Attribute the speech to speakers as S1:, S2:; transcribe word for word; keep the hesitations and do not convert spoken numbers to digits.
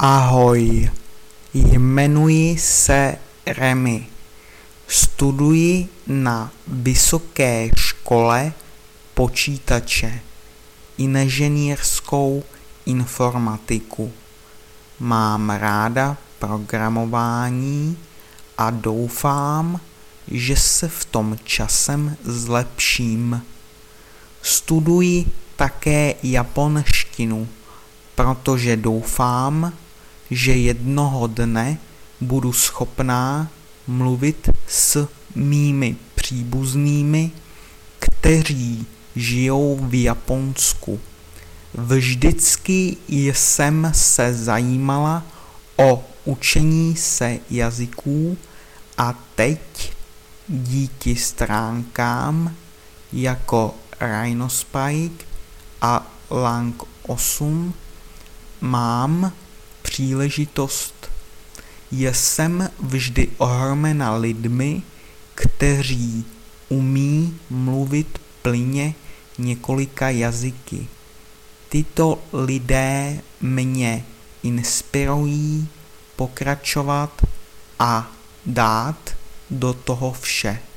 S1: Ahoj, jmenuji se Remy. Studuji na Vysoké škole počítače, inženýrskou informatiku. Mám ráda programování a doufám, že se v tom časem zlepším. Studuji také japonštinu, protože doufám, že jednoho dne budu schopná mluvit s mými příbuznými, kteří žijou v Japonsku. Vždycky jsem se zajímala o učení se jazyků a teď díky stránkám jako Rhinospike a Lang osm mám příležitost. Jsem vždy ohromena lidmi, kteří umí mluvit plynně několika jazyky. Tyto lidé mě inspirují pokračovat a dát do toho vše.